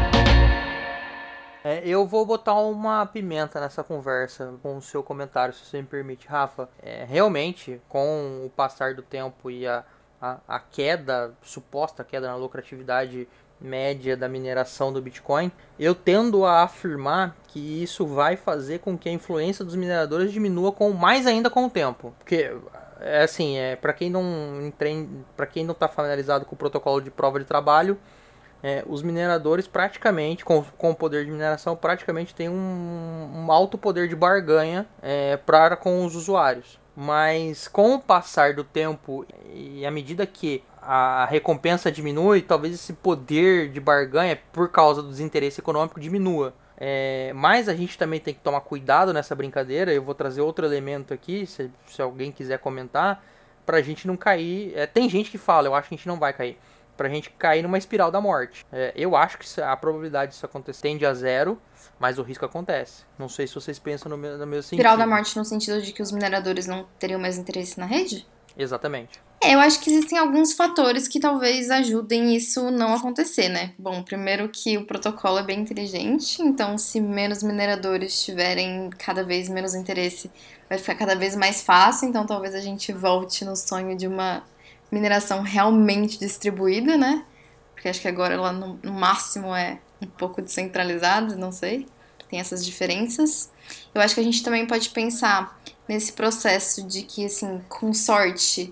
Speaker 3: É, eu vou botar uma pimenta nessa conversa com o seu comentário, se você me permite, Rafa. É, realmente, com o passar do tempo e a, a, a queda, suposta queda na lucratividade média da mineração do Bitcoin, eu tendo a afirmar que isso vai fazer com que a influência dos mineradores diminua com mais ainda com o tempo, porque é assim, é para quem não para quem não está familiarizado com o protocolo de prova de trabalho, é, os mineradores praticamente com, com o poder de mineração praticamente tem um, um alto poder de barganha é, para com os usuários, mas com o passar do tempo e à medida que a recompensa diminui, talvez esse poder de barganha, por causa do desinteresse econômico, diminua. É, mas a gente também tem que tomar cuidado nessa brincadeira. Eu vou trazer outro elemento aqui, se, se alguém quiser comentar, pra gente não cair... É, tem gente que fala, eu acho que a gente não vai cair, pra gente cair numa espiral da morte. É, eu acho que a probabilidade disso acontecer tende a zero, mas o risco acontece. Não sei se vocês pensam no, no mesmo sentido.
Speaker 4: Espiral da morte no sentido de que os mineradores não teriam mais interesse na rede?
Speaker 3: Exatamente.
Speaker 4: É, eu acho que existem alguns fatores que talvez ajudem isso não acontecer, né? Bom, primeiro que o protocolo é bem inteligente, então se menos mineradores tiverem cada vez menos interesse, vai ficar cada vez mais fácil, então talvez a gente volte no sonho de uma mineração realmente distribuída, né? Porque acho que agora ela no, no máximo é um pouco descentralizada, não sei, tem essas diferenças. Eu acho que a gente também pode pensar nesse processo de que, assim, com sorte,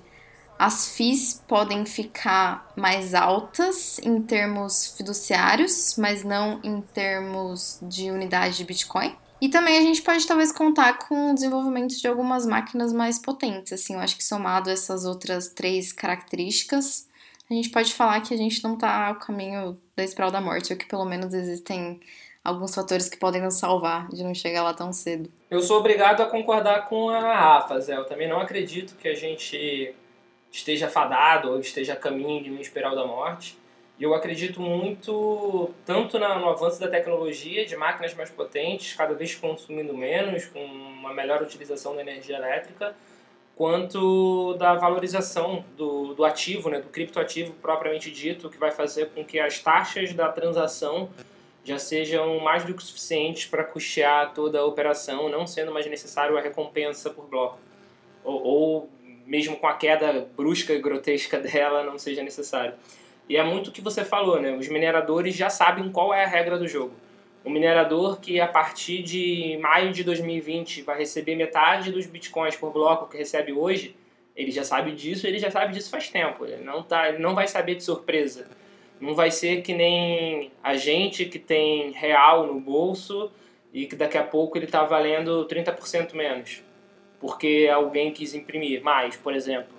Speaker 4: as fees podem ficar mais altas em termos fiduciários, mas não em termos de unidade de Bitcoin. E também a gente pode talvez contar com o desenvolvimento de algumas máquinas mais potentes. Assim, eu acho que somado a essas outras três características, a gente pode falar que a gente não está ao caminho da espiral da morte, ou que pelo menos existem alguns fatores que podem nos salvar de não chegar lá tão cedo.
Speaker 2: Eu sou obrigado a concordar com a Rafa, Zé. Eu também não acredito que a gente esteja fadado ou esteja a caminho de uma espiral da morte. E eu acredito muito tanto no avanço da tecnologia, de máquinas mais potentes, cada vez consumindo menos, com uma melhor utilização da energia elétrica, quanto da valorização do, do ativo, né, do criptoativo propriamente dito, que vai fazer com que as taxas da transação já sejam mais do que suficientes para custear toda a operação, não sendo mais necessário a recompensa por bloco. Ou, ou mesmo com a queda brusca e grotesca dela, não seja necessário. E é muito o que você falou, né? Os mineradores já sabem qual é a regra do jogo. O minerador que a partir de maio de dois mil e vinte vai receber metade dos bitcoins por bloco que recebe hoje, ele já sabe disso, ele já sabe disso faz tempo. Ele não, tá, ele não vai saber de surpresa. Não vai ser que nem a gente que tem real no bolso e que daqui a pouco ele está valendo trinta por cento menos. Porque alguém quis imprimir mais, por exemplo.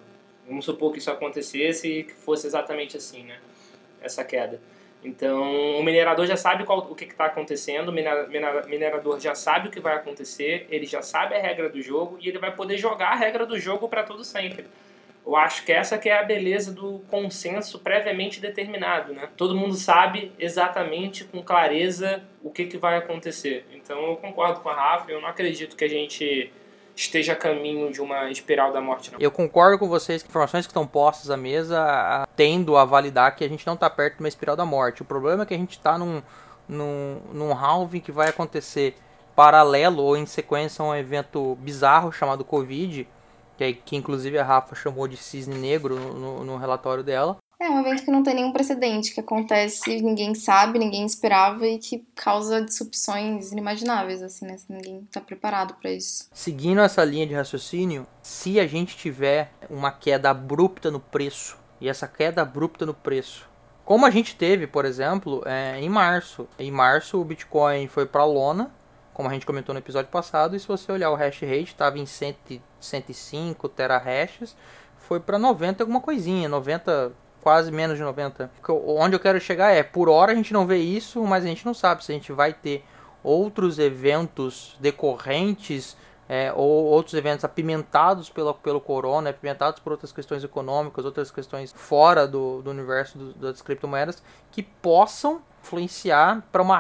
Speaker 2: Vamos supor que isso acontecesse e que fosse exatamente assim, né? Essa queda. Então, o minerador já sabe qual, o que está acontecendo, o minera, minera, minerador já sabe o que vai acontecer, ele já sabe a regra do jogo e ele vai poder jogar a regra do jogo para todo sempre. Eu acho que essa que é a beleza do consenso previamente determinado, né? Todo mundo sabe exatamente, com clareza, o que, que vai acontecer. Então, eu concordo com a Rafa, eu não acredito que a gente esteja a caminho de uma espiral da morte, não.
Speaker 3: Eu concordo com vocês que informações que estão postas à mesa tendo a validar que a gente não está perto de uma espiral da morte. O problema é que a gente está num, num, num halving que vai acontecer paralelo ou em sequência a um evento bizarro chamado Covid, que, que inclusive a Rafa chamou de cisne negro no, no, no relatório dela.
Speaker 4: É um evento que não tem nenhum precedente, que acontece, ninguém sabe, ninguém esperava e que causa disrupções inimagináveis, assim, né? Ninguém tá preparado para isso.
Speaker 3: Seguindo essa linha de raciocínio, se a gente tiver uma queda abrupta no preço, e essa queda abrupta no preço, como a gente teve, por exemplo, é, em março. Em março o Bitcoin foi para a lona, como a gente comentou no episódio passado, e se você olhar o hash rate, estava em cento, cento e cinco terahashes, foi para noventa alguma coisinha, noventa... quase menos de noventa. Onde eu quero chegar é, por hora a gente não vê isso, mas a gente não sabe se a gente vai ter outros eventos decorrentes é, ou outros eventos apimentados pela, pelo corona, apimentados por outras questões econômicas, outras questões fora do, do universo do, das criptomoedas, que possam influenciar para uma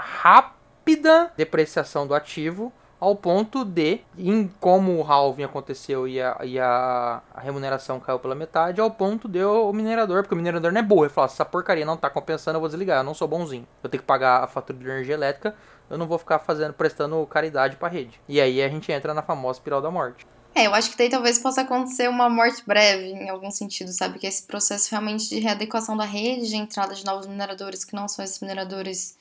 Speaker 3: rápida depreciação do ativo, ao ponto de, em como o halving aconteceu e, a, e a, a remuneração caiu pela metade, ao ponto de o minerador, porque o minerador não é burro, ele fala, essa porcaria não está compensando, eu vou desligar, eu não sou bonzinho. Eu tenho que pagar a fatura de energia elétrica, eu não vou ficar fazendo, prestando caridade para a rede. E aí a gente entra na famosa espiral da morte.
Speaker 4: É, eu acho que daí talvez possa acontecer uma morte breve, em algum sentido, sabe? Que esse processo realmente de readequação da rede, de entrada de novos mineradores, que não são esses mineradores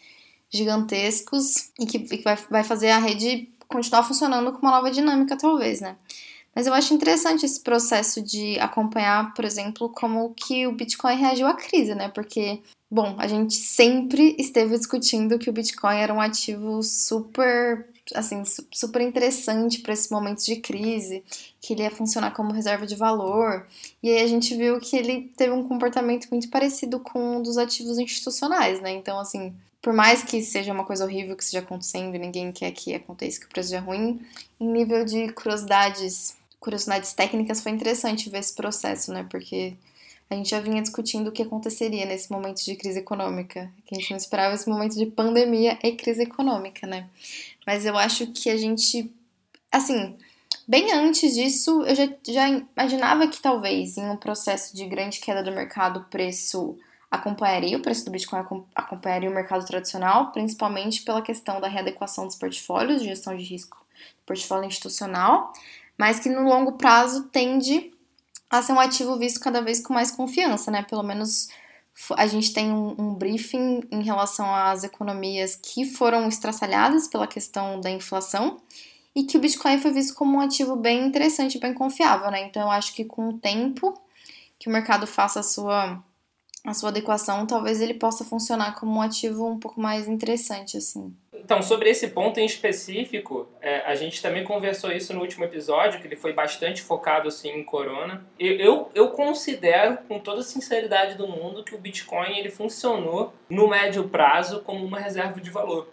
Speaker 4: gigantescos, e que, e que vai, vai fazer a rede continuar funcionando com uma nova dinâmica, talvez, né? Mas eu acho interessante esse processo de acompanhar, por exemplo, como que o Bitcoin reagiu à crise, né? Porque, bom, a gente sempre esteve discutindo que o Bitcoin era um ativo super, assim, super interessante para esses momentos de crise, que ele ia funcionar como reserva de valor. E aí a gente viu que ele teve um comportamento muito parecido com um dos ativos institucionais, né? Então, assim, por mais que seja uma coisa horrível que esteja acontecendo e ninguém quer que aconteça, que o preço seja ruim, em nível de curiosidades, curiosidades técnicas, foi interessante ver esse processo, né? Porque a gente já vinha discutindo o que aconteceria nesse momento de crise econômica, que a gente não esperava esse momento de pandemia e crise econômica, né? Mas eu acho que a gente, assim, bem antes disso, eu já, já imaginava que talvez em um processo de grande queda do mercado, o preço acompanharia, o preço do Bitcoin acompanharia o mercado tradicional, principalmente pela questão da readequação dos portfólios, de gestão de risco do portfólio institucional, mas que no longo prazo tende a ser um ativo visto cada vez com mais confiança, né? Pelo menos a gente tem um, um briefing em relação às economias que foram estraçalhadas pela questão da inflação e que o Bitcoin foi visto como um ativo bem interessante, bem confiável, né? Então eu acho que com o tempo que o mercado faça a sua a sua adequação, talvez ele possa funcionar como um ativo um pouco mais interessante, assim.
Speaker 2: Então, sobre esse ponto em específico, é, a gente também conversou isso no último episódio, que ele foi bastante focado, assim, em corona. Eu, eu, eu considero, com toda a sinceridade do mundo, que o Bitcoin, ele funcionou no médio prazo como uma reserva de valor.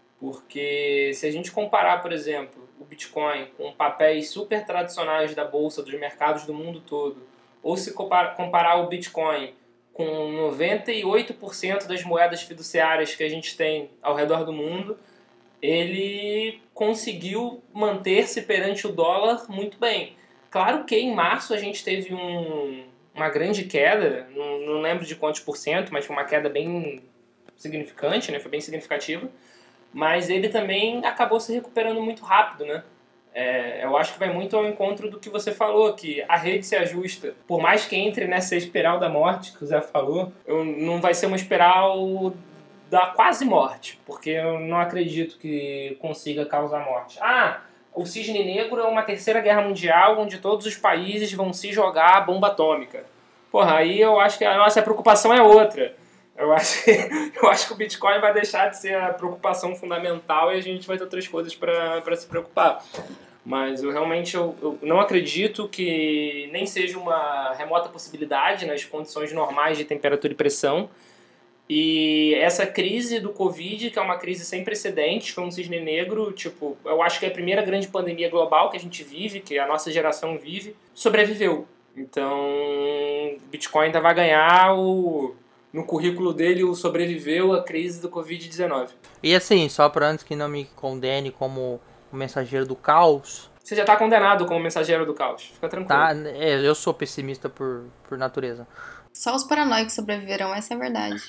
Speaker 2: Porque se a gente comparar, por exemplo, o Bitcoin com papéis super tradicionais da bolsa, dos mercados do mundo todo, ou se comparar o Bitcoin com noventa e oito por cento das moedas fiduciárias que a gente tem ao redor do mundo, ele conseguiu manter-se perante o dólar muito bem. Claro que em março a gente teve um, uma grande queda, não, não lembro de quantos por cento, mas foi uma queda bem significante, né? Foi bem significativa, mas ele também acabou se recuperando muito rápido, né? É, eu acho que vai muito ao encontro do que você falou, que a rede se ajusta. Por mais que entre nessa espiral da morte que o Zé falou, eu, não vai ser uma espiral da quase morte, porque eu não acredito que consiga causar morte. Ah, o Cisne Negro é uma terceira guerra mundial onde todos os países vão se jogar bomba atômica. Porra, aí eu acho que a nossa preocupação é outra. Eu acho, que, eu acho que o Bitcoin vai deixar de ser a preocupação fundamental e a gente vai ter outras coisas para se preocupar. Mas eu realmente eu, eu não acredito que nem seja uma remota possibilidade nas condições normais de temperatura e pressão. E essa crise do Covid, que é uma crise sem precedentes, foi um cisne negro, tipo, eu acho que é a primeira grande pandemia global que a gente vive, que a nossa geração vive, sobreviveu. Então, o Bitcoin ainda vai ganhar o... no currículo dele, o sobreviveu à crise do covid dezenove.
Speaker 3: E assim, só para antes que não me condene como o mensageiro do caos...
Speaker 2: Você já está condenado como mensageiro do caos, fica tranquilo.
Speaker 3: Tá, é, eu sou pessimista por, por natureza.
Speaker 4: Só os paranoicos sobreviverão, essa é a verdade.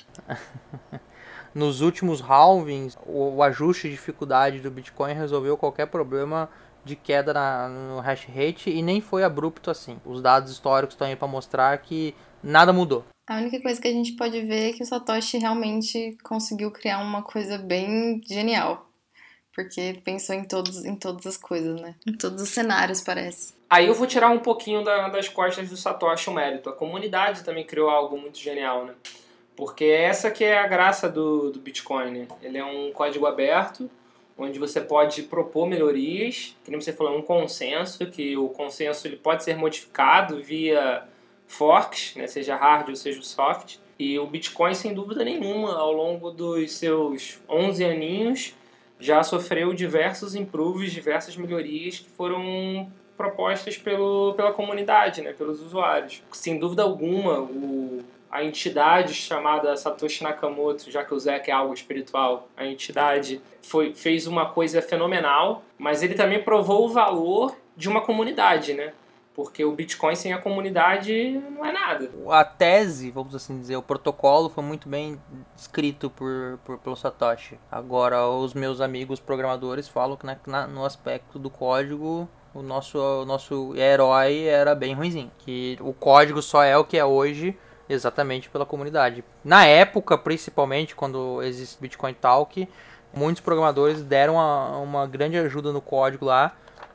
Speaker 3: Nos últimos halvings, o, o ajuste de dificuldade do Bitcoin resolveu qualquer problema de queda na, no hash rate e nem foi abrupto assim. Os dados históricos estão aí para mostrar que nada mudou.
Speaker 4: A única coisa que a gente pode ver é que o Satoshi realmente conseguiu criar uma coisa bem genial. Porque pensou em, todos, em todas as coisas, né? Em todos os cenários, parece.
Speaker 2: Aí eu vou tirar um pouquinho da, das costas do Satoshi o mérito. A comunidade também criou algo muito genial, né? Porque essa que é a graça do, do Bitcoin, né? Ele é um código aberto, onde você pode propor melhorias, que nem você falou, um consenso, que o consenso ele pode ser modificado via forks, né? Seja hard ou seja soft. E o Bitcoin, sem dúvida nenhuma, ao longo dos seus onze aninhos, já sofreu diversos improves, diversas melhorias que foram propostas pelo, pela comunidade, né, pelos usuários. Sem dúvida alguma, o, a entidade chamada Satoshi Nakamoto, já que o Zé é algo espiritual, a entidade foi, fez uma coisa fenomenal, mas ele também provou o valor de uma comunidade, né? Porque o Bitcoin sem a comunidade não é nada.
Speaker 3: A tese, vamos assim dizer, o protocolo foi muito bem escrito por, por, pelo Satoshi. Agora, os meus amigos programadores falam que na, na, no aspecto do código, o nosso, o nosso herói era bem ruinzinho. Que o código só é o que é hoje exatamente pela comunidade. Na época, principalmente, quando existe Bitcoin Talk, muitos programadores deram uma, uma grande ajuda no código lá,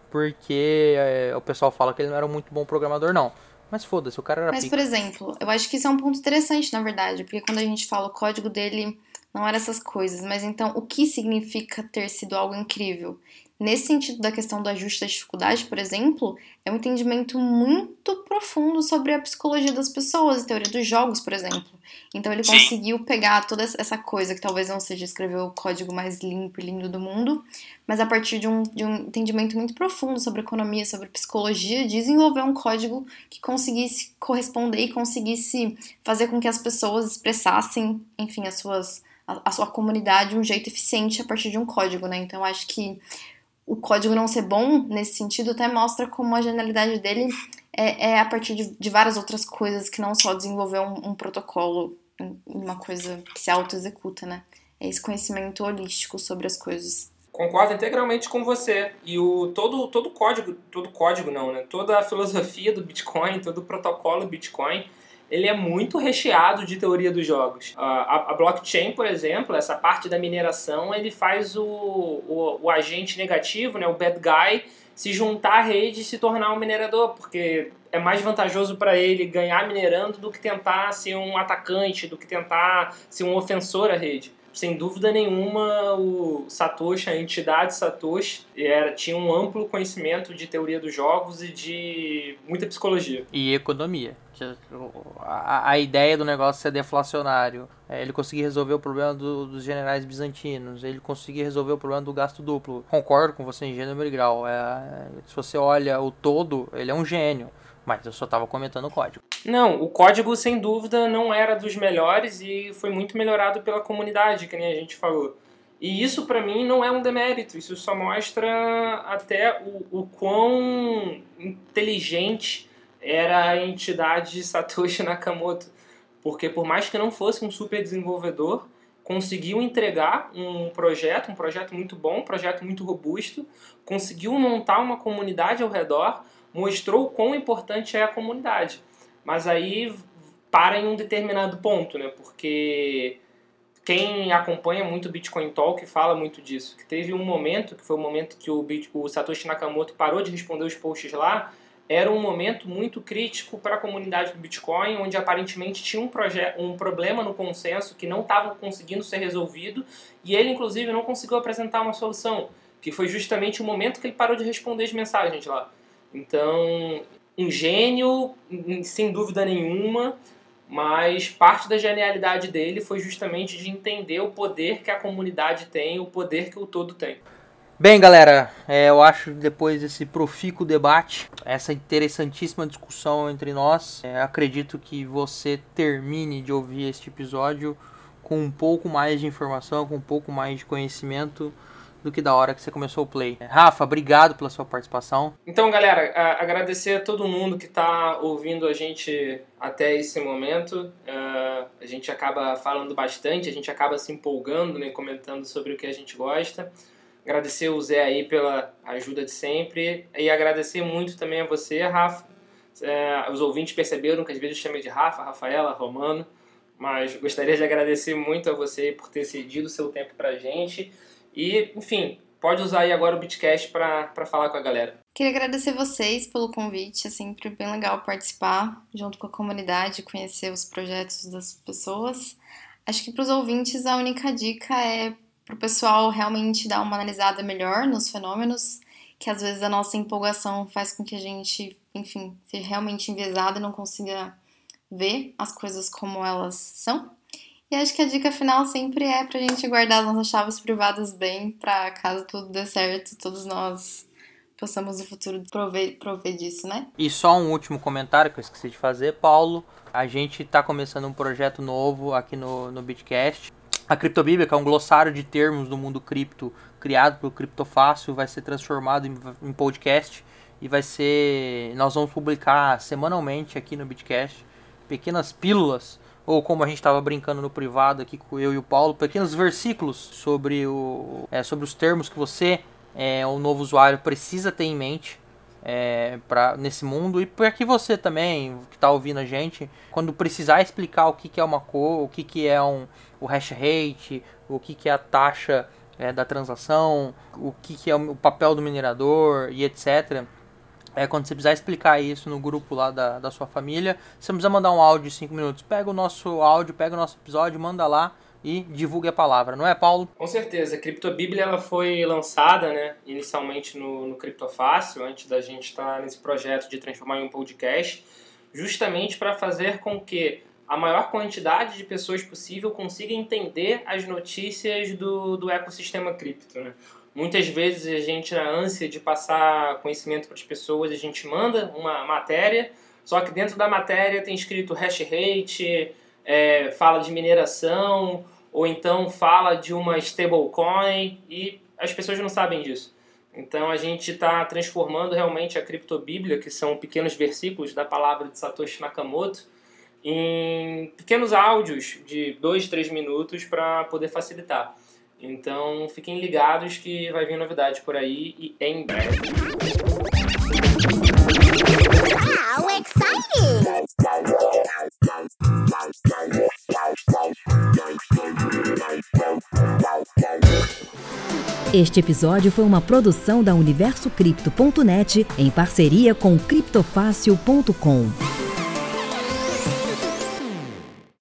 Speaker 3: porque é, o pessoal fala que ele não era um muito bom programador, não. Mas foda-se, o cara era
Speaker 4: Mas,
Speaker 3: pica.
Speaker 4: por exemplo, eu acho que isso é um ponto interessante, na verdade, porque quando a gente fala o código dele não era essas coisas, mas então o que significa ter sido algo incrível? Nesse sentido da questão do ajuste da dificuldade, por exemplo, é um entendimento muito profundo sobre a psicologia das pessoas, a teoria dos jogos, por exemplo. Então ele
Speaker 5: Sim.
Speaker 4: conseguiu pegar toda essa coisa, que talvez não seja escrever o código mais limpo e lindo do mundo, mas a partir de um, de um entendimento muito profundo sobre economia, sobre psicologia, desenvolver um código que conseguisse corresponder e conseguisse fazer com que as pessoas expressassem, enfim, as suas, a, a sua comunidade de um jeito eficiente a partir de um código, né? Então acho que o código não ser bom, nesse sentido, até mostra como a genialidade dele é, é a partir de, de várias outras coisas, que não só desenvolver um, um protocolo, uma coisa que se auto-executa, né? É esse conhecimento holístico sobre as coisas.
Speaker 2: Concordo integralmente com você. E o, todo, todo código, todo código não, né? Toda a filosofia do Bitcoin, todo o protocolo do Bitcoin, ele é muito recheado de teoria dos jogos. A, a blockchain, por exemplo, essa parte da mineração, ele faz o, o, o agente negativo, né, o bad guy, se juntar à rede e se tornar um minerador, porque é mais vantajoso para ele ganhar minerando do que tentar ser um atacante, do que tentar ser um ofensor à rede. Sem dúvida nenhuma, o Satoshi, a entidade Satoshi, era, tinha um amplo conhecimento de teoria dos jogos e de muita psicologia.
Speaker 3: E economia. A, a ideia do negócio ser deflacionário. É, ele conseguir resolver o problema do, dos generais bizantinos. Ele conseguir resolver o problema do gasto duplo. Concordo com você em gênero e grau. É, se você olha o todo, ele é um gênio. Mas eu só estava comentando o código.
Speaker 2: Não, o código sem dúvida não era dos melhores e foi muito melhorado pela comunidade, que nem a gente falou. E isso para mim não é um demérito, isso só mostra até o, o quão inteligente era a entidade Satoshi Nakamoto. Porque por mais que não fosse um super desenvolvedor, conseguiu entregar um projeto, um projeto muito bom, um projeto muito robusto, conseguiu montar uma comunidade ao redor, mostrou o quão importante é a comunidade. Mas aí para em um determinado ponto, né? Porque quem acompanha muito o Bitcoin Talk fala muito disso. Que teve um momento, que foi o momento que o, o Satoshi Nakamoto parou de responder os posts lá, era um momento muito crítico para a comunidade do Bitcoin, onde aparentemente tinha um, proje- um problema no consenso que não estava conseguindo ser resolvido, e ele inclusive não conseguiu apresentar uma solução. que foi justamente o momento que ele parou de responder as mensagens lá. Então, um gênio, sem dúvida nenhuma, mas parte da genialidade dele foi justamente de entender o poder que a comunidade tem, o poder que o todo tem.
Speaker 3: Bem, galera, é, eu acho que depois desse profícuo debate, essa interessantíssima discussão entre nós, é, acredito que você termine de ouvir este episódio com um pouco mais de informação, com um pouco mais de conhecimento do que da hora que você começou o play. Rafa, obrigado pela sua participação.
Speaker 2: Então, galera, a- agradecer a todo mundo que está ouvindo a gente até esse momento. Uh, a gente acaba falando bastante, a gente acaba se empolgando, né, comentando sobre o que a gente gosta. Agradecer o Zé aí pela ajuda de sempre e agradecer muito também a você, Rafa. É, os ouvintes perceberam que às vezes eu chamei de Rafa, Rafaela, Romano, mas gostaria de agradecer muito a você por ter cedido o seu tempo pra gente. E, enfim, pode usar aí agora o Bitcast para para falar com a galera.
Speaker 4: Queria agradecer vocês pelo convite, é sempre bem legal participar junto com a comunidade, conhecer os projetos das pessoas. Acho que para os ouvintes a única dica é para o pessoal realmente dar uma analisada melhor nos fenômenos, que às vezes a nossa empolgação faz com que a gente, enfim, seja realmente enviesado e não consiga ver as coisas como elas são. E acho que a dica final sempre é pra gente guardar as nossas chaves privadas bem, pra caso tudo dê certo, todos nós possamos no futuro prover, prover disso, né?
Speaker 3: E só um último comentário que eu esqueci de fazer, Paulo. A gente tá começando um projeto novo aqui no, no Bitcast. A Criptobíblia, que é um glossário de termos do mundo cripto, criado pelo Criptofácil, vai ser transformado em, em podcast e vai ser... Nós vamos publicar semanalmente aqui no Bitcast pequenas pílulas, ou como a gente estava brincando no privado aqui com eu e o Paulo, pequenos versículos sobre, o, é, sobre os termos que você, é, o novo usuário, precisa ter em mente é, pra, nesse mundo, e para que você também, que está ouvindo a gente, quando precisar explicar o que, que é uma cor, o que, que é um, o hash rate, o que, que é a taxa é, da transação, o que, que é o papel do minerador e etcétera. É, quando você precisar explicar isso no grupo lá da, da sua família, você não precisa mandar um áudio de cinco minutos. Pega o nosso áudio, pega o nosso episódio, manda lá e divulgue a palavra. Não é, Paulo?
Speaker 2: Com certeza. A Criptobíblia ela foi lançada, né, inicialmente no, no Criptofácil, antes da gente estar nesse projeto de transformar em um podcast, justamente para fazer com que a maior quantidade de pessoas possível consiga entender as notícias do, do ecossistema cripto, né? Muitas vezes a gente, na ânsia de passar conhecimento para as pessoas, a gente manda uma matéria, só que dentro da matéria tem escrito hash rate, é, fala de mineração, ou então fala de uma stablecoin, e as pessoas não sabem disso. Então a gente está transformando realmente a Criptobíblia, que são pequenos versículos da palavra de Satoshi Nakamoto, em pequenos áudios de dois, três minutos para poder facilitar. Então, fiquem ligados que vai vir novidade por aí e em breve.
Speaker 5: How exciting!
Speaker 1: Este episódio foi uma produção da universo cripto ponto net em parceria com criptofácil ponto com.